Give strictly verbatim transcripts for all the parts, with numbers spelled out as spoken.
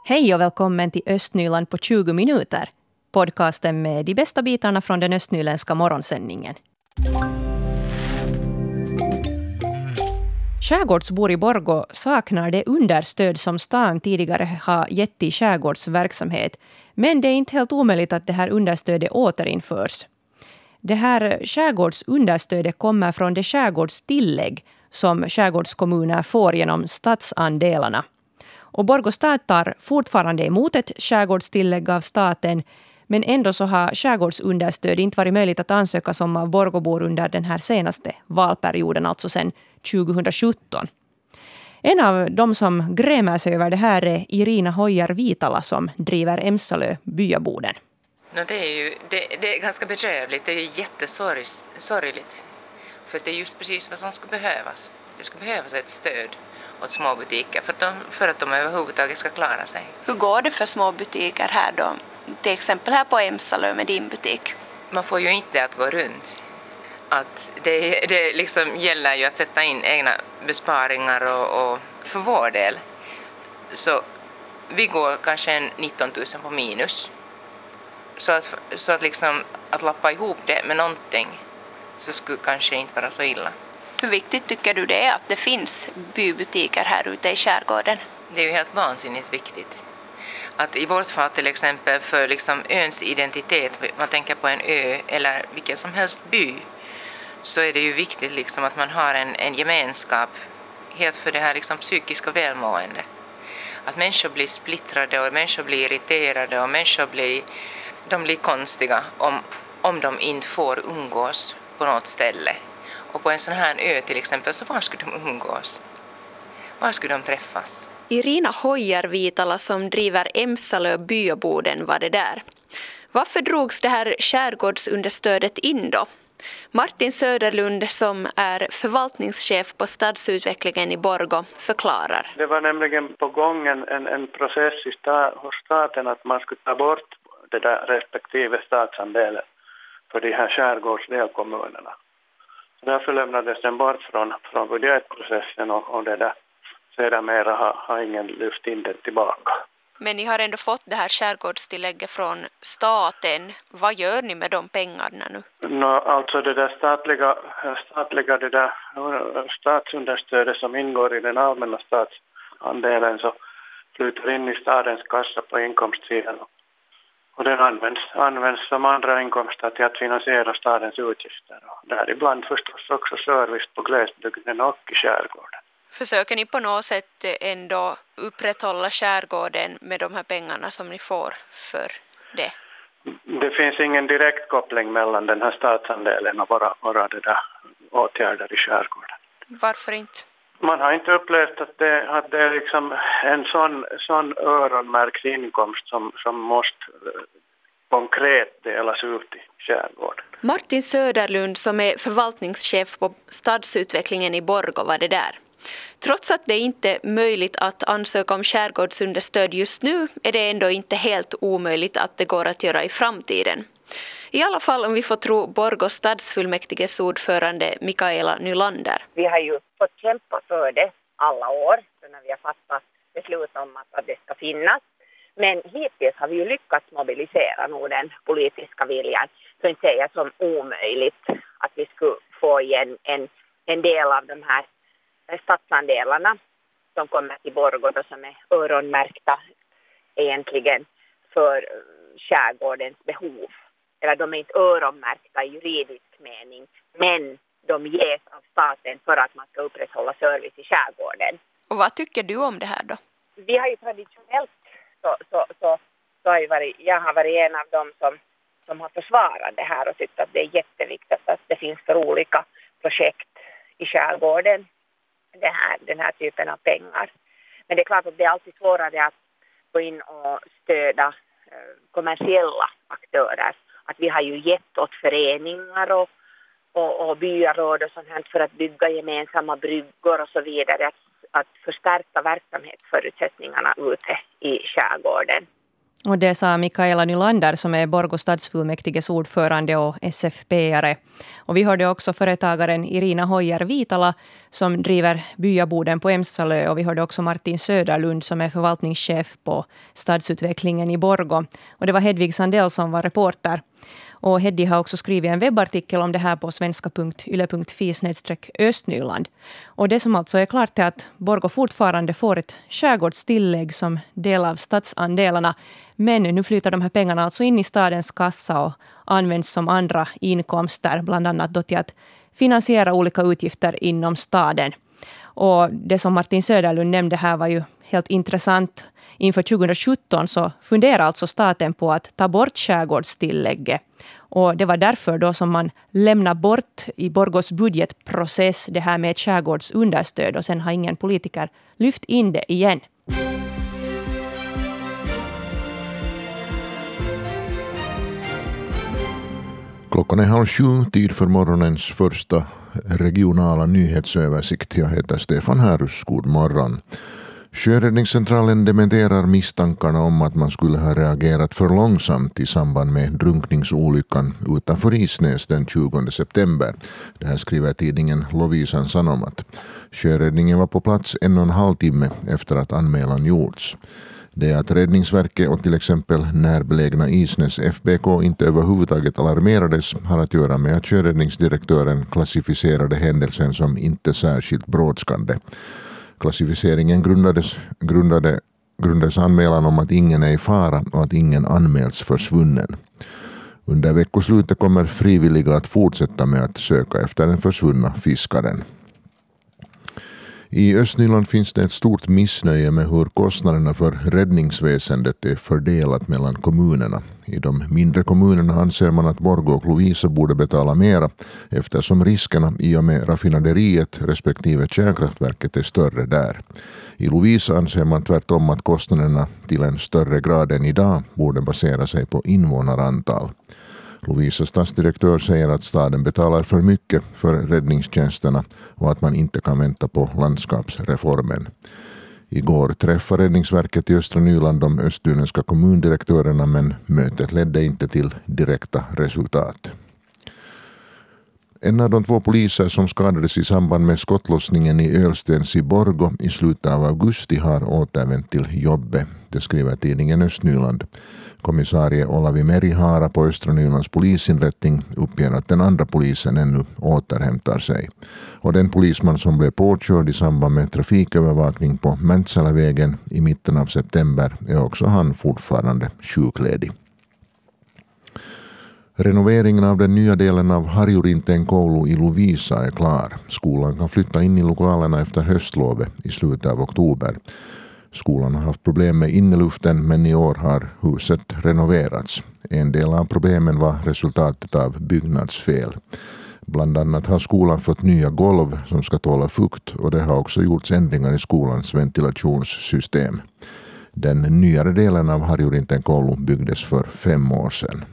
Hej och välkommen till Östnyland på tjugo minuter. Podcasten med de bästa bitarna från den östnyländska morgonsändningen. Skärgårdsbor i Borgå saknar det understöd som stan tidigare har gett i skärgårdsverksamhet. Men det är inte helt omöjligt att det här understödet återinförs. Det här skärgårdsunderstödet kommer från det skärgårdstillägg som skärgårdskommuner får genom stadsandelarna. Och Borgå stad tar fortfarande emot ett skärgårdstillägg av staten, men ändå så har skärgårdsunderstöd inte varit möjligt att ansöka som av Borgåbor under den här senaste valperioden, alltså sedan tjugohundrasjutton. En av de som grämer sig över det här är Irina Hoijar-Viitala som driver Emsalö byaboden. No, det, är ju, det, det är ganska bedrövligt, det är ju jättesorgligt. För det är just precis vad som skulle behövas. Det skulle behövas ett stöd åt små butiker för att de, för att de överhuvudtaget ska klara sig. Hur går det för små butiker här då? Till exempel här på Emsalö med din butik. Man får ju inte att gå runt. Att det, det liksom gäller ju att sätta in egna besparingar och, och för vår del. Så vi går kanske en nitton tusen på minus. Så att, så att, liksom, att lappa ihop det med någonting så skulle kanske inte vara så illa. Hur viktigt tycker du det är att det finns bybutiker här ute i skärgården? Det är ju helt vansinnigt viktigt. Att i vårt fall till exempel för liksom öns identitet, man tänker på en ö eller vilken som helst by, så är det ju viktigt liksom att man har en, en gemenskap helt för det här liksom psykiska välmående. Att människor blir splittrade och människor blir irriterade och människor blir, de blir konstiga om, om de inte får umgås på något ställe. Och på en sån här ö till exempel, så var skulle de umgås? Var skulle de träffas? Irina Hoijar-Viitala som driver Emsalö byaboden var det där. Varför drogs det här skärgårdsunderstödet in då? Martin Söderlund som är förvaltningschef på stadsutvecklingen i Borgå förklarar. Det var nämligen på gång en, en, en process i sta, hos staten att man skulle ta bort det där respektive statsandelen för de här skärgårdsdelkommunerna. Därför lämnades den bort från, från budgetprocessen och, och det där sedermera har, har ingen lyft in den tillbaka. Men ni har ändå fått det här skärgårdstillägget från staten. Vad gör ni med de pengarna nu? No, alltså det där statliga, statliga det där statsunderstödet som ingår i den allmänna statsandelen så flyter in i stadens kassa på inkomstsidan. Och den används, används som andra inkomster till att finansiera stadens utgifter. Däribland förstås också service på glesbygden och i skärgården. Försöker ni på något sätt ändå upprätthålla skärgården med de här pengarna som ni får för det? Det finns ingen direkt koppling mellan den här statsandelen och våra, våra det där åtgärder i skärgården. Varför inte? Man har inte upplevt att det, att det är liksom en sån, sån öronmärkt inkomst som, som måste konkret delas ut i skärgården. Martin Söderlund som är förvaltningschef på stadsutvecklingen i Borgå var det där. Trots att det inte är möjligt att ansöka om skärgårdsunderstöd just nu är det ändå inte helt omöjligt att det går att göra i framtiden. I alla fall om vi får tro Borgå stadsfullmäktiges ordförande Mikaela Nylander. Vi har ju fått kämpa för det alla år när vi har fattat beslut om att, att det ska finnas. Men hittills har vi ju lyckats mobilisera nog den politiska viljan. Så inte säga som omöjligt att vi skulle få igen en, en del av de här statsandelarna som kommer till Borgå och som är öronmärkta egentligen för skärgårdens behov. Eller de är inte öronmärkta i juridisk mening, men de ges av staten för att man ska upprätthålla service i skärgården. Och vad tycker du om det här då? Vi har ju traditionellt, så, så, så, så har jag, varit, jag har varit en av dem som, som har försvarat det här och tyckt att det är jätteviktigt att det finns för olika projekt i skärgården. Det här, den här typen av pengar. Men det är klart att det är alltid svårare att gå in och stödja eh, kommersiella aktörer. Att vi har ju gett åt föreningar och, och, och byaråd och sånt här för att bygga gemensamma bryggor och så vidare. Att, att förstärka verksamhetsförutsättningarna ute i skärgården. Och det sa Mikaela Nylander som är Borgå stadsfullmäktiges ordförande och S F P-are. Och vi hörde också företagaren Irina Hoyer-Vitala som driver byaboden på Emsalö. Och vi hörde också Martin Söderlund som är förvaltningschef på stadsutvecklingen i Borgå. Och det var Hedvig Sandell som var reporter. Och Heddy har också skrivit en webbartikel om det här på svenska punkt yle punkt fi snedstreck östnyland. Och det som alltså är klart är att Borgå fortfarande får ett skärgårdstillägg som del av stadsandelarna. Men nu flyttar de här pengarna alltså in i stadens kassa och används som andra inkomster. Bland annat då till att finansiera olika utgifter inom staden. Och det som Martin Söderlund nämnde här var ju helt intressant. Inför tjugohundrasjutton så funderar alltså staten på att ta bort skärgårdstillägget. Och det var därför då som man lämnar bort i Borgås budgetprocess det här med ett skärgårdsunderstöd. Och sen har ingen politiker lyft in det igen. Klockan är halv sju, tid för morgonens första regionala nyhetsöversikt. Jag heter Stefan Härus, god morgon. Sjöräddningscentralen dementerar misstankarna om att man skulle ha reagerat för långsamt i samband med drunkningsolyckan utanför Isnäs den tjugonde september. Det här skriver tidningen Lovisan Sanomat. Sjöräddningen var på plats en och en halv timme efter att anmälan gjorts. Det att Räddningsverket och till exempel närbelägna Isnäs F B K inte överhuvudtaget alarmerades har att göra med att sjöräddningsdirektören klassificerade händelsen som inte särskilt brådskande. Klassificeringen grundades, grundade, grundades anmälan om att ingen är i fara och att ingen anmälts försvunnen. Under veckoslutet kommer frivilliga att fortsätta med att söka efter den försvunna fiskaren. I Östnyland finns det ett stort missnöje med hur kostnaderna för räddningsväsendet är fördelat mellan kommunerna. I de mindre kommunerna anser man att Borgå och Lovisa borde betala mera eftersom riskerna i och med raffinaderiet respektive kärnkraftverket är större där. I Lovisa anser man tvärtom att kostnaderna till en större grad än idag borde basera sig på invånarantal. Lovisa stadsdirektör säger att staden betalar för mycket för räddningstjänsterna och att man inte kan vänta på landskapsreformen. Igår träffade Räddningsverket i Östra Nyland de östdynenska kommundirektörerna men mötet ledde inte till direkta resultat. En av de två poliser som skadades i samband med skottlossningen i Ölstens i Borgå i slutet av augusti har återvänt till jobbet. Det skriver tidningen Östnyland. Kommissarie Olavi Merihaara på Östra Nylands polisinrättning uppger att den andra polisen ännu återhämtar sig. Och den polisman som blev påkörd i samband med trafikövervakning på Mäntsälävägen i mitten av september är också han fortfarande sjukledig. Renoveringen av den nya delen av Harjurinteen koulu i Lovisa är klar. Skolan kan flytta in i lokalerna efter höstlovet i slutet av oktober. Skolan har haft problem med inneluften men i år har huset renoverats. En del av problemen var resultatet av byggnadsfel. Bland annat har skolan fått nya golv som ska tåla fukt och det har också gjorts ändringar i skolans ventilationssystem. Den nyare delen av Harjurinteen koulu byggdes för fem år sedan.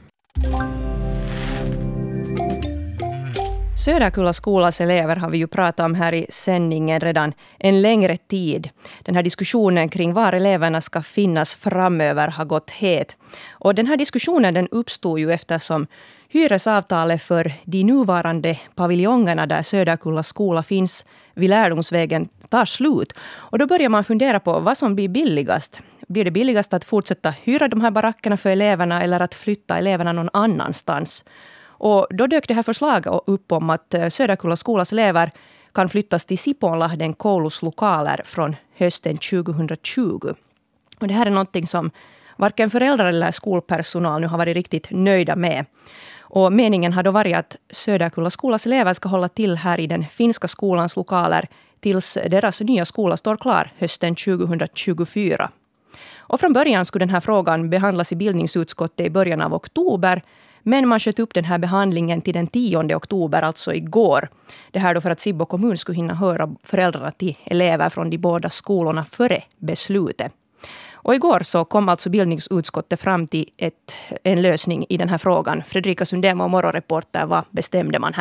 Söderkulla skolas elever har vi ju pratat om här i sändningen redan en längre tid. Den här diskussionen kring var eleverna ska finnas framöver har gått het. Och den här diskussionen den uppstod ju eftersom hyresavtalet för de nuvarande paviljongerna där Söderkulla skola finns vid Lärdomsvägen tar slut. Och då börjar man fundera på vad som blir billigast. Blir det billigast att fortsätta hyra de här barackerna för eleverna eller att flytta eleverna någon annanstans? Och då dök det här förslaget upp om att Söderkulla skolas elever kan flyttas till Sipoonlahden koulus lokaler från hösten tjugohundratjugo. Och det här är någonting som varken föräldrar eller skolpersonal nu har varit riktigt nöjda med. Och meningen har då varit att Söderkulla skolas elever ska hålla till här i den finska skolans lokaler tills deras nya skola står klar hösten tjugohundratjugofyra. Och från början skulle den här frågan behandlas i bildningsutskottet i början av oktober. Men man sköt upp den här behandlingen till den tionde oktober, alltså igår. Det här då för att Sibbo kommun skulle hinna höra föräldrarna till elever från de båda skolorna före beslutet. Och igår så kom alltså bildningsutskottet fram till ett, en lösning i den här frågan. Fredrika Sundén och morgonreporter, vad bestämde man här?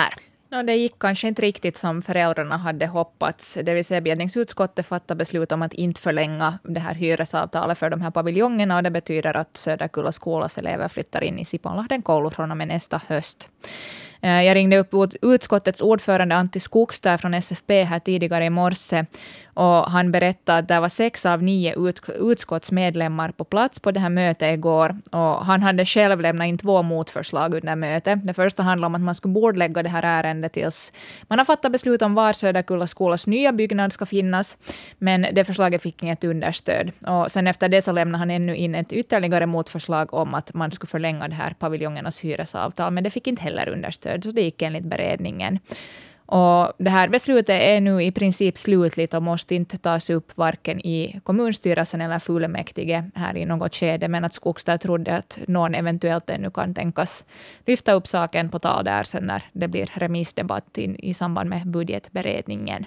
No, det gick kanske inte riktigt som föräldrarna hade hoppats. Det vill säga bildningsutskottet fattade beslut om att inte förlänga det här hyresavtalet för de här paviljongerna. Och det betyder att Söderkulla skolas elever flyttar in i Sipoonlahden koulu från och med nästa höst. Jag ringde upp utskottets ordförande Antti Skogstad från S F P här tidigare i morse. Och han berättade att det var sex av nio ut, utskottsmedlemmar på plats på det här mötet igår. Och han hade själv lämnat in två motförslag under mötet. Det första handlade om att man skulle bordlägga det här ärendet tills man har fattat beslut om var Söderkulla skolas nya byggnad ska finnas. Men det förslaget fick inget understöd. Och sen efter det så lämnade han ännu in ett ytterligare motförslag om att man skulle förlänga det här paviljongernas hyresavtal. Men det fick inte heller understöd, så det gick enligt beredningen. Och det här beslutet är nu i princip slutligt och måste inte tas upp varken i kommunstyrelsen eller fullmäktige här i något skede. Men att Skogstad trodde att någon eventuellt ännu kan tänkas lyfta upp saken på tal där sen när det blir remissdebatt in, i samband med budgetberedningen.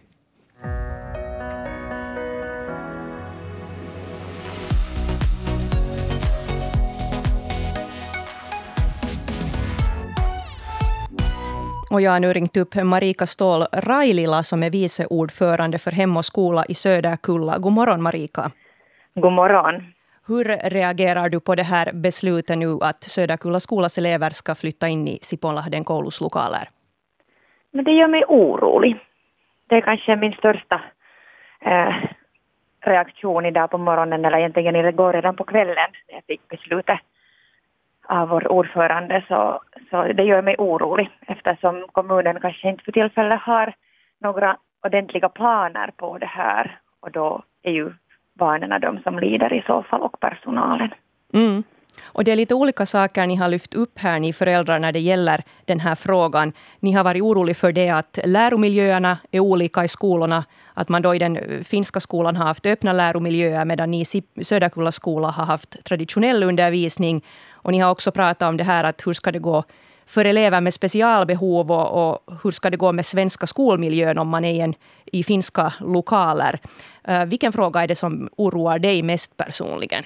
Och jag har nu ringt upp Marika Ståhl Railila som är vice ordförande för Hem och skola i Söderkulla. God morgon Marika. God morgon. Hur reagerar du på det här beslutet nu att Söderkulla skolas elever ska flytta in i Sipoonlahden koulus lokaler? Men det gör mig orolig. Det är kanske min största eh, reaktion idag på morgonen, eller egentligen igår redan på kvällen när jag fick beslutet av vår ordförande, så, så det gör mig orolig eftersom kommunen kanske inte för tillfället har några ordentliga planer på det här, och då är ju barnen de som lider i så fall och personalen. Mm. Och det är lite olika saker ni har lyft upp här, ni föräldrar, när det gäller den här frågan. Ni har varit oroliga för det att läromiljöerna är olika i skolorna. Att man då i den finska skolan har haft öppna läromiljöer medan ni i Söderkulla skola har haft traditionell undervisning. Och ni har också pratat om det här att hur ska det gå för elever med specialbehov och, och hur ska det gå med svenska skolmiljön om man är i, en, i finska lokaler. Uh, vilken fråga är det som oroar dig mest personligen?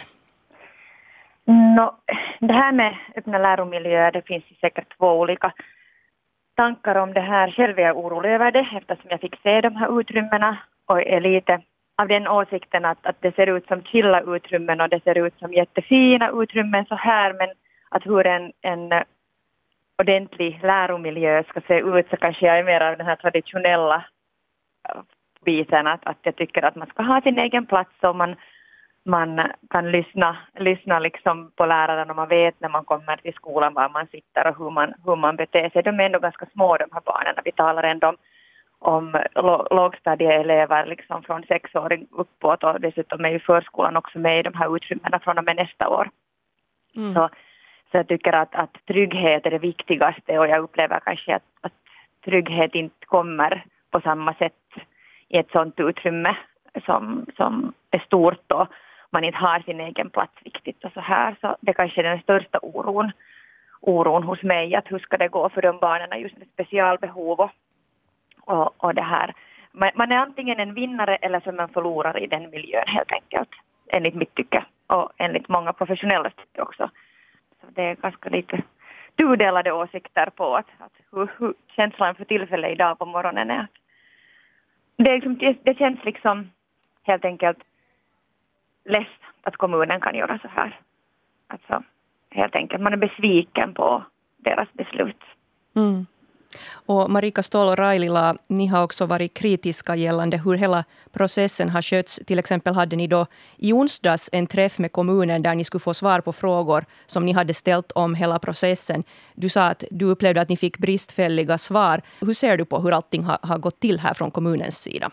No, det här med öppna läromiljöer, det finns ju säkert två olika tankar om det här. Själv är jag orolig över det eftersom jag fick se de här utrymmena och är lite av den åsikten att, att det ser ut som chilla utrymmen och det ser ut som jättefina utrymmen så här, men att hur en, en ordentlig läromiljö ska se ut, så kanske jag är mer av den här traditionella biten att, att jag tycker att man ska ha sin egen plats och man Man kan lyssna, lyssna liksom på läraren och man vet när man kommer till skolan var man sitter och hur man, hur man beter sig. De är ändå ganska små de här barnen. Vi talar ändå om, om lågstadieelever liksom från sexåring uppåt, och dessutom är ju förskolan också med i de här utrymmena från och med nästa år. Mm. Så, så jag tycker att, att trygghet är det viktigaste, och jag upplever kanske att, att trygghet inte kommer på samma sätt i ett sådant utrymme som, som är stort då. Man inte har sin egen plats riktigt och så här, så det kanske är den största oron, oron hos mig, att hur ska det gå för de barnen just med specialbehov och, och, och det här. Man, man är antingen en vinnare eller som en förlorare i den miljön helt enkelt, enligt mitt tycke och enligt många professionella tycker också. Så det är ganska lite tudelade åsikter på att, att hur, hur känslan för tillfället idag på morgonen är. Det, är liksom, det, det känns liksom helt enkelt lätt att kommunen kan göra så här. Alltså, helt enkelt, man är besviken på deras beslut. Mm. Och Marika Ståhl Railila, ni har också varit kritiska gällande hur hela processen har skötts. Till exempel hade ni då i onsdags en träff med kommunen där ni skulle få svar på frågor som ni hade ställt om hela processen. Du sa att du upplevde att ni fick bristfälliga svar. Hur ser du på hur allting har, har gått till här från kommunens sida?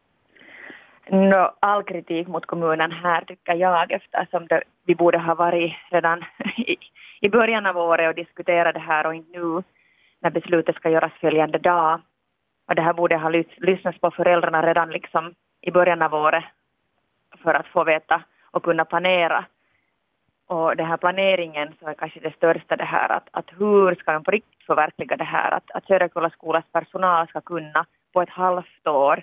No, all kritik mot kommunen här tycker jag, eftersom det, vi borde ha varit redan i, i början av året och diskuterat det här och inte nu när beslutet ska göras följande dag. Och det här borde ha lys- lyssnats på föräldrarna redan liksom i början av året för att få veta och kunna planera. Och den här planeringen så är kanske det största det här att, att hur ska de på riktigt förverkliga det här, att, att Söderkulla skolas personal ska kunna på ett halvt år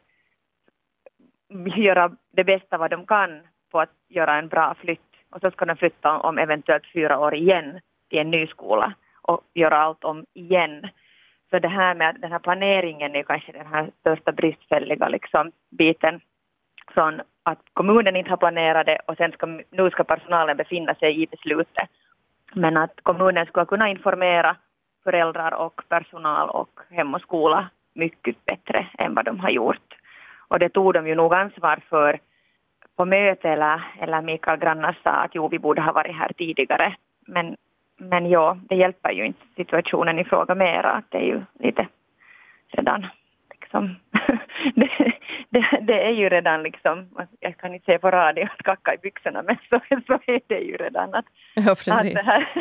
göra det bästa vad de kan på att göra en bra flytt. Och så ska de flytta om eventuellt fyra år igen till en ny skola och göra allt om igen. Så det här med den här planeringen är kanske den här största bristfälliga liksom, biten från att kommunen inte har planerat det och sen ska, nu ska personalen befinna sig i beslutet. Men att kommunen ska kunna informera föräldrar och personal och hem och skola mycket bättre än vad de har gjort. Och det tog de ju nog ansvar för på möte eller, eller Mikael Grannar sa att jo, vi borde ha varit här tidigare. Men, men ja, det hjälper ju inte situationen i fråga mera. Att det är ju lite redan liksom, det, det, det är ju redan liksom, jag kan inte säga på radio att kacka i byxorna, men så, så är det ju redan. Att, ja, precis. Att det här,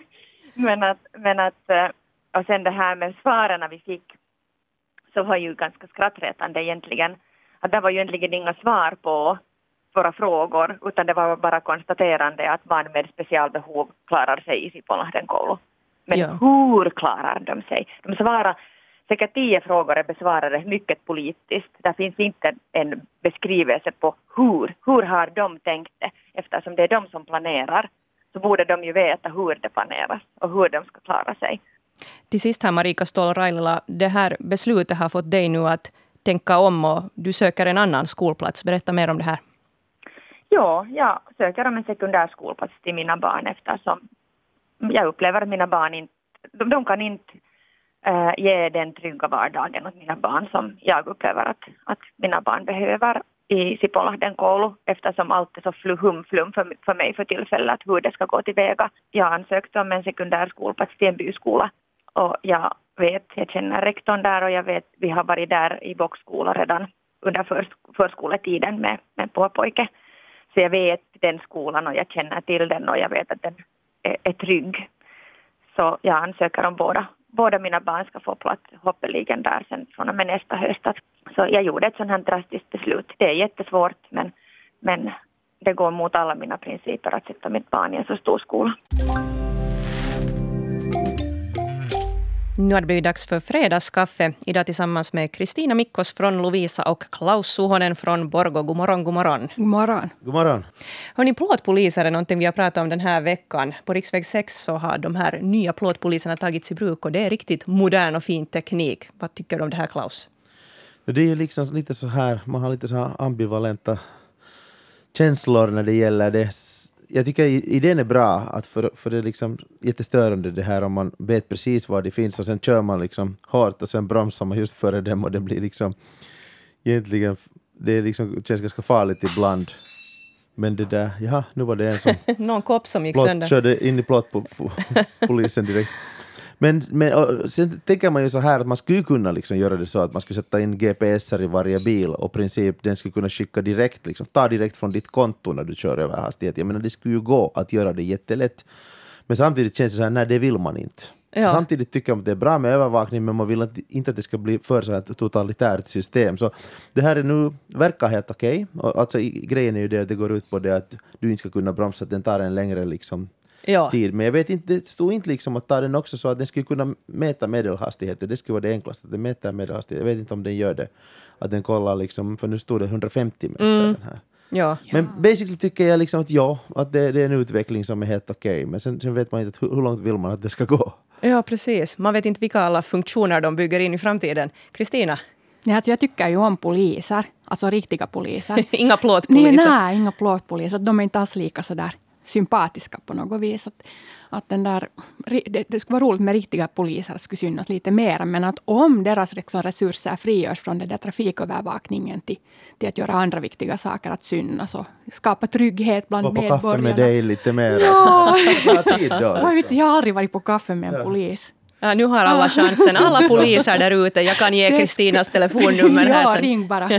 men att, men att, och sen det här med svaren vi fick så var ju ganska skrattretande egentligen. Att det var ju egentligen inga svar på våra frågor, utan det var bara konstaterande att barn med specialbehov klarar sig i Sipoonlahden koulu. Men ja. Hur klarar de sig? De svarar, säkert tio frågor är besvarade mycket politiskt. Det finns inte en beskrivelse på hur. Hur har de tänkt det? Eftersom det är de som planerar så borde de ju veta hur det planeras och hur de ska klara sig. Till sist här, Marika Ståhl-Railila, det här beslutet har fått dig nu att tänka om och du söker en annan skolplats. Berätta mer om det här. Ja, jag söker om en sekundär skolplats till mina barn eftersom jag upplever att mina barn inte, de, de kan inte äh, ge den trygga vardagen åt mina barn som jag upplever att, att mina barn behöver i Sipoonlahden koulu eftersom allt är så flum-flum för, för mig för tillfället hur det ska gå tillväga. Jag ansökte om en sekundär skolplats till en byskola och jag vet, jag känner rektorn där och jag vet, vi har varit där i Boxskola redan under förs- förskoletiden med, med påpojke. Så jag vet den skolan och jag känner till den och jag vet att den är, är trygg. Så jag ansöker om båda. Båda mina barn ska få plats hoppeligen där sen från och med nästa höst. Så jag gjorde ett sådant här drastiskt beslut. Det är jättesvårt men, men det går mot alla mina principer att sätta mitt barn i en så stor skola. Nu har det blivit dags för fredagskaffe. Idag tillsammans med Kristina Mikkos från Lovisa och Klaus Suhonen från Borgå. God morgon, god morgon. God morgon. God morgon. Hörrni, plåtpoliser är någonting vi har pratat om den här veckan. På Riksväg sex så har de här nya plåtpoliserna tagits i bruk och det är riktigt modern och fin teknik. Vad tycker du om det här, Klaus? Det är ju liksom lite så här, man har lite så här ambivalenta känslor när det gäller det. Jag tycker idén är bra, att för, för det är liksom jättestörande det här om man vet precis var det finns och sen kör man liksom hårt och sen bromsar man just före dem och det blir liksom egentligen, det är liksom, känns ganska farligt ibland. Men det där, jaha, nu var det en som någon kopp som gick plåt, sönder. Körde in i plåtpolisen direkt. Men, men och sen tänker man ju så här att man skulle kunna liksom göra det så att man skulle sätta in G P S-er i varje bil och princip den skulle kunna skicka direkt, liksom, ta direkt från ditt konto när du kör över hastighet. Jag menar, det skulle ju gå att göra det jättelätt. Men samtidigt känns det så här, nej, det vill man inte. Ja. Så samtidigt tycker jag att det är bra med övervakning, men man vill inte att det ska bli för så här ett totalitärt system. Så det här är nu, verkar helt okej. Okay. Alltså grejen är ju det att det går ut på det att du inte ska kunna bromsa, att den tar en längre liksom ja. tid. Men jag vet inte, det stod inte liksom att ta den också så att den skulle kunna mäta medelhastigheter. Det skulle vara det enklaste, att den mäter medelhastigheter. Jag vet inte om den gör det. Att den kollar liksom, för nu stod det hundrafemtio meter mm. den här. Ja. Men basically tycker jag liksom att ja, att det, det är en utveckling som är helt okej. Okay. Men sen, sen vet man inte hur, hur långt vill man att det ska gå. Ja, precis. Man vet inte vilka alla funktioner de bygger in i framtiden. Kristina? Nej, alltså jag tycker ju om poliser. Alltså riktiga poliser. Inga plåtpoliser? Nej, nej, inga plåtpoliser. De är inte alls lika sådär sympatiska på något vis. Att, att den där, det, det skulle vara roligt med riktiga poliser skulle synas lite mer. Men att om deras liksom resurser frigörs från den där trafikövervakningen till, till att göra andra viktiga saker att synas och skapa trygghet bland medborgarna. Och på kaffe med dig lite mer. Ja. tid då, jag, vet, jag har aldrig varit på kaffe med en ja. polis. Ja, nu har alla chansen. Alla poliser där ute. Jag kan ge Kristinas telefonnummer här sen. Ja, ring bara.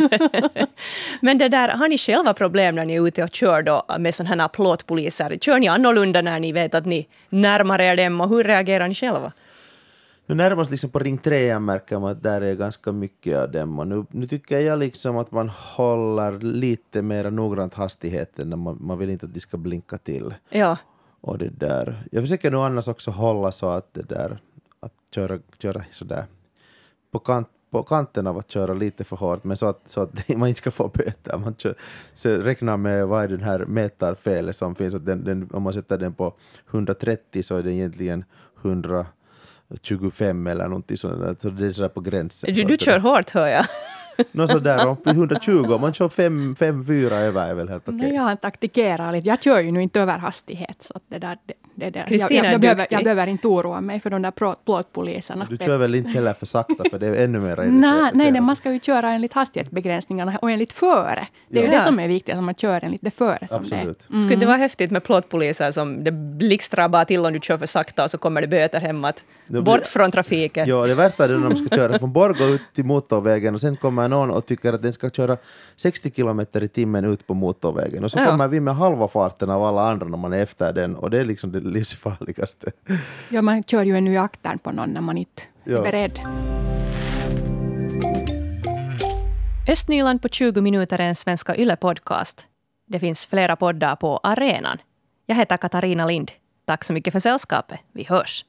Men det där, har ni själva problem när ni är ute och kör då med sådana här plåtpoliser? Kör ni annorlunda när ni vet att ni närmar er dem och hur reagerar ni själva? Nu närmast liksom på ring tre märker man att där är ganska mycket av dem. Och nu, nu tycker jag liksom att man håller lite mer noggrant hastigheten när man, man vill inte att de ska blinka till. Ja. Och det där. Jag försöker nog annars också hålla så att det där att köra, köra sådär på, kant, på kanten av att köra lite för hårt, men så att, så att man inte ska få böter. Man kör, så räknar med vad är den här mätarfelet som finns. Att den, den, om man sätter den på hundratrettio så är den egentligen hundra, tjugofem eller någonting sådant. Så det är sådär på gränsen. Du, du kör hårt, hör jag. Nå sådär om hundratjugo, man kör fem, fem fyra över är väl helt okej. Okay. Jag taktikerar lite. Jag kör ju nu inte över hastighet. Så att det där, det, det där. Kristina jag, jag, jag, behöver, duktig. jag behöver inte oroa mig för de där plåtpoliserna. Du kör väl inte heller för sakta för det är ännu mer nej, nej, nej, man ska ju köra enligt hastighetsbegränsningarna och enligt före. Det är ja. ju det som är viktigt, att man kör enligt det före. Som absolut. Det. Mm. Skulle det vara häftigt med plåtpoliser som det blixtrar bara till om du kör för sakta och så kommer det böter hemåt. Blir, bort från trafiken. Ja, det värsta är när de ska köra från Borgå ut till motorvägen och sen kommer någon och tycker att den ska köra sextio kilometer i timmen ut på motorvägen. Och så ja. kommer vi med halva farten av alla andra när man är efter den och det är liksom det livsfarligaste. Ja, man kör ju ännu i aktern på någon när man inte ja. är beredd. Östnyland på tjugo minuter är en svenska Yle-podcast. Det finns flera poddar på arenan. Jag heter Katarina Lind. Tack så mycket för sällskapet. Vi hörs.